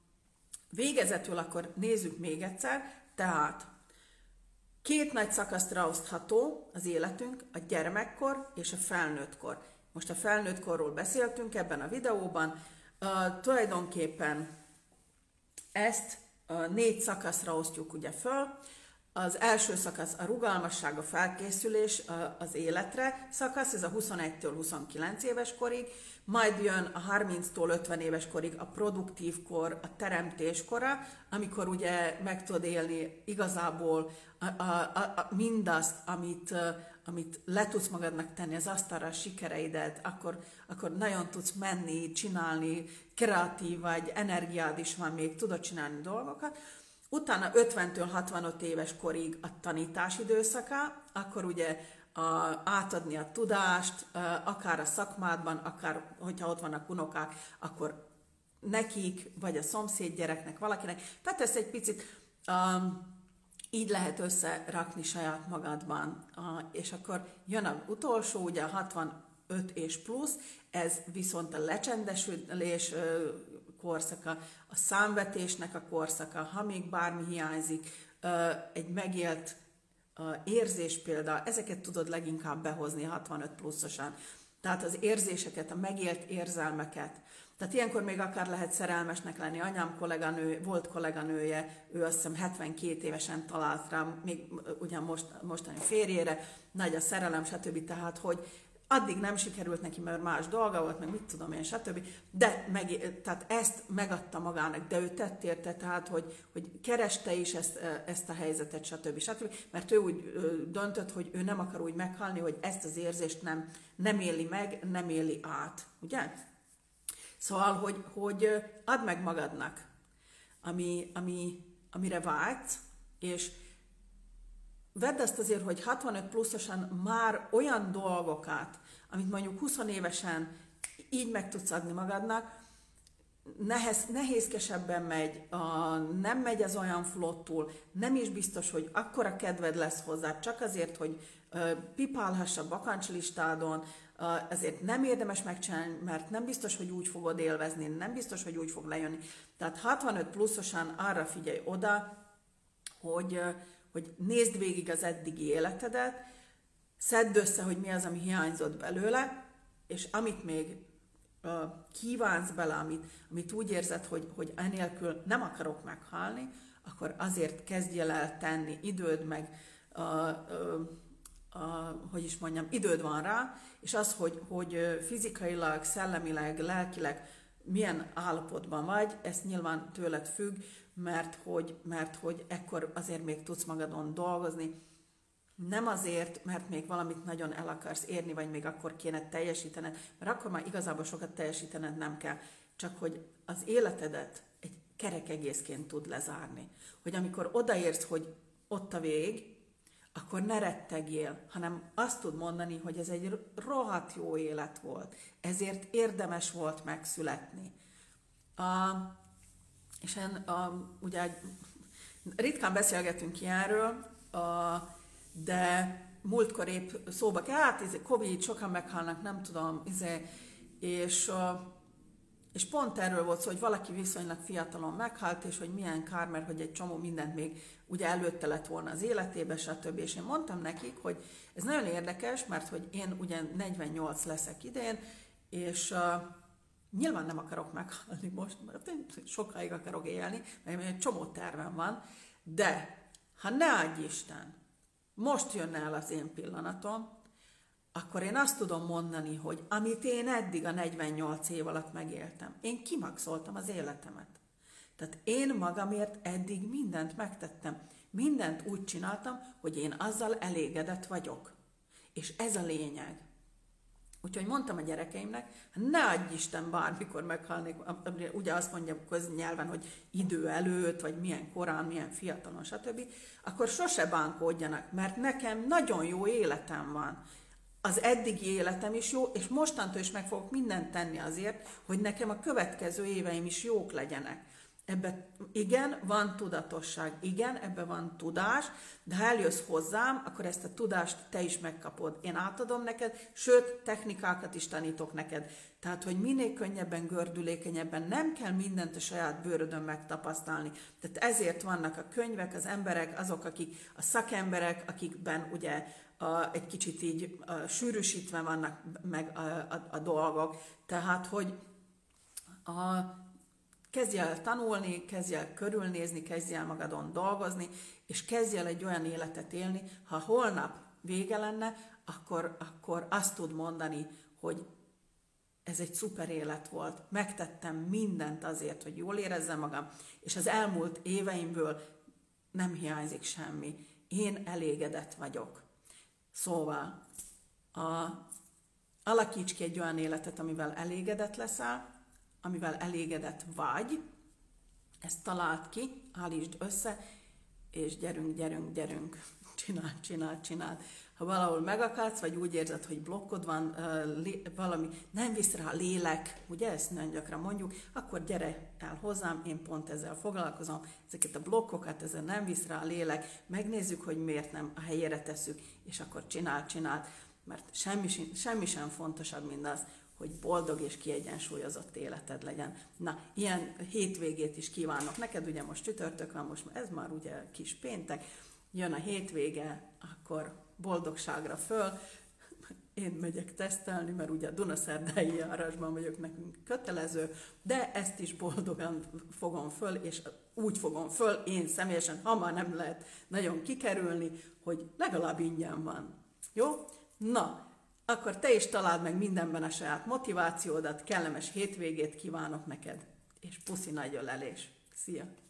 végezetül akkor nézzük még egyszer, tehát két nagy szakaszra osztható az életünk, a gyermekkor és a felnőttkor. Most a felnőttkorról beszéltünk ebben a videóban, uh, tulajdonképpen ezt uh, négy szakaszra osztjuk ugye föl. Az első szakasz a rugalmasság, a felkészülés az életre szakasz, ez a huszonegytől huszonkilenc éves korig, majd jön a harminctól ötven éves korig a produktív kor, a teremtés kora, amikor ugye meg tudod élni igazából a, a, a, mindazt, amit, amit le tudsz magadnak tenni az asztalra, a sikereidet, akkor, akkor nagyon tudsz menni, csinálni, kreatív vagy, energiád is van még, tudod csinálni dolgokat. Utána ötventől hatvanöt éves korig a tanítás időszaka, akkor ugye a, átadni a tudást, akár a szakmádban, akár hogyha ott vannak unokák, akkor nekik, vagy a szomszéd gyereknek, valakinek. Tehát ezt egy picit um, így lehet összerakni saját magadban. Uh, és akkor jön az utolsó, ugye a hatvanöt és plusz, ez viszont a lecsendesülés uh, korszaka, a számvetésnek a korszaka, ha még bármi hiányzik, uh, egy megélt uh, érzés például, ezeket tudod leginkább behozni hatvanöt pluszosan. Tehát az érzéseket, a megélt érzelmeket. Tehát ilyenkor még akár lehet szerelmesnek lenni. Anyám kolléganő, volt kolléganője, ő azt hiszem hetvenkét évesen talált rám, még ugyan most, mostani férjére, nagy a szerelem, stb. Tehát, hogy addig nem sikerült neki, mert más dolga volt, meg mit tudom én, stb. De meg, tehát ezt megadta magának, de ő tett érte, tehát, hogy, hogy kereste is ezt, ezt a helyzetet, stb. stb. Mert ő úgy döntött, hogy ő nem akar úgy meghalni, hogy ezt az érzést nem, nem éli meg, nem éli át. Ugye? Szóval, hogy, hogy add meg magadnak, ami, ami, amire vágysz, és vedd azt azért, hogy hatvanöt pluszosan már olyan dolgokat, amit mondjuk húsz évesen így meg tudsz adni magadnak, nehez, nehézkesebben megy, a, nem megy ez olyan flottul, nem is biztos, hogy akkora kedved lesz hozzá, csak azért, hogy uh, pipálhass a bakancslistádon, uh, ezért nem érdemes megcsinálni, mert nem biztos, hogy úgy fogod élvezni, nem biztos, hogy úgy fog lejönni. Tehát hatvanöt pluszosan arra figyelj oda, hogy, uh, hogy nézd végig az eddigi életedet, szedd össze, hogy mi az, ami hiányzott belőle, és amit még uh, kívánsz bele, amit, amit úgy érzed, hogy, hogy enélkül nem akarok meghalni, akkor azért kezdjél el tenni időd, meg uh, uh, uh, hogy is mondjam, időd van rá, és az, hogy, hogy fizikailag, szellemileg, lelkileg milyen állapotban vagy, ez nyilván tőled függ, mert hogy, mert hogy ekkor azért még tudsz magadon dolgozni, nem azért, mert még valamit nagyon el akarsz érni, vagy még akkor kéne teljesítened, mert akkor már igazából sokat teljesítened nem kell, csak hogy az életedet egy kerek egészként tud lezárni. Hogy amikor odaérsz, hogy ott a vég, akkor ne rettegjél, hanem azt tud mondani, hogy ez egy rohadt jó élet volt, ezért érdemes volt megszületni. A, és en, a, ugye ritkán beszélgetünk ilyenről, a, de múltkor épp szóba kell, hát izé, Covid, sokan meghalnak, nem tudom, izé, és, és pont erről volt szó, hogy valaki viszonylag fiatalon meghalt, és hogy milyen kár, mert hogy egy csomó mindent még ugye előtte lett volna az életébe, stb. És én mondtam nekik, hogy ez nagyon érdekes, mert hogy én ugye negyvennyolc leszek idén, és uh, nyilván nem akarok meghalni most, mert sokáig akarok élni, mert egy csomó tervem van, de ha ne adj Isten, most jönne el az én pillanatom, akkor én azt tudom mondani, hogy amit én eddig a negyvennyolc év alatt megéltem, én kimaxoltam az életemet. Tehát én magamért eddig mindent megtettem. Mindent úgy csináltam, hogy én azzal elégedett vagyok. És ez a lényeg. Úgyhogy mondtam a gyerekeimnek, ne adj Isten bármikor meghalnék, ugye azt mondja köznyelven, hogy idő előtt, vagy milyen korán, milyen fiatalon, stb., akkor sose bánkódjanak, mert nekem nagyon jó életem van. Az eddigi életem is jó, és mostantól is meg fogok mindent tenni azért, hogy nekem a következő éveim is jók legyenek. Ebben igen, van tudatosság, igen, ebben van tudás, de ha eljössz hozzám, akkor ezt a tudást te is megkapod. Én átadom neked, sőt, technikákat is tanítok neked. Tehát, hogy minél könnyebben, gördülékenyebben, nem kell mindent a saját bőrödön megtapasztalni. Tehát ezért vannak a könyvek, az emberek, azok, akik a szakemberek, akikben ugye a, egy kicsit így a, sűrűsítve vannak meg a, a, a dolgok. Tehát, hogy a kezdj el tanulni, kezdj el körülnézni, kezdj el magadon dolgozni, és kezdj el egy olyan életet élni, ha holnap vége lenne, akkor, akkor azt tud mondani, hogy ez egy szuper élet volt, megtettem mindent azért, hogy jól érezzem magam, és az elmúlt éveimből nem hiányzik semmi. Én elégedett vagyok. Szóval, a, alakíts ki egy olyan életet, amivel elégedett leszel, amivel elégedett vagy, ezt találd ki, állítsd össze, és gyerünk, gyerünk, gyerünk, csináld, csináld, csináld. Ha valahol megakadsz, vagy úgy érzed, hogy blokkod van, valami nem visz rá a lélek, ugye ezt nagyon gyakran mondjuk, akkor gyere el hozzám, én pont ezzel foglalkozom, ezeket a blokkokat, ezzel nem visz rá a lélek, megnézzük, hogy miért nem a helyére tesszük, és akkor csináld, csináld, mert semmi, semmi sem fontosabb, mint az, hogy boldog és kiegyensúlyozott életed legyen. Na, ilyen hétvégét is kívánok neked, ugye most csütörtök van, most ez már ugye kis péntek, jön a hétvége, akkor boldogságra föl, én megyek tesztelni, mert ugye a Dunaszerdái járásban vagyok, nekünk kötelező, de ezt is boldogan fogom föl, és úgy fogom föl, én személyesen, ha már nem lehet nagyon kikerülni, hogy legalább ingyen van. Jó? Na, akkor te is találd meg mindenben a saját motivációdat, kellemes hétvégét kívánok neked, és puszi nagy ölelés. Szia!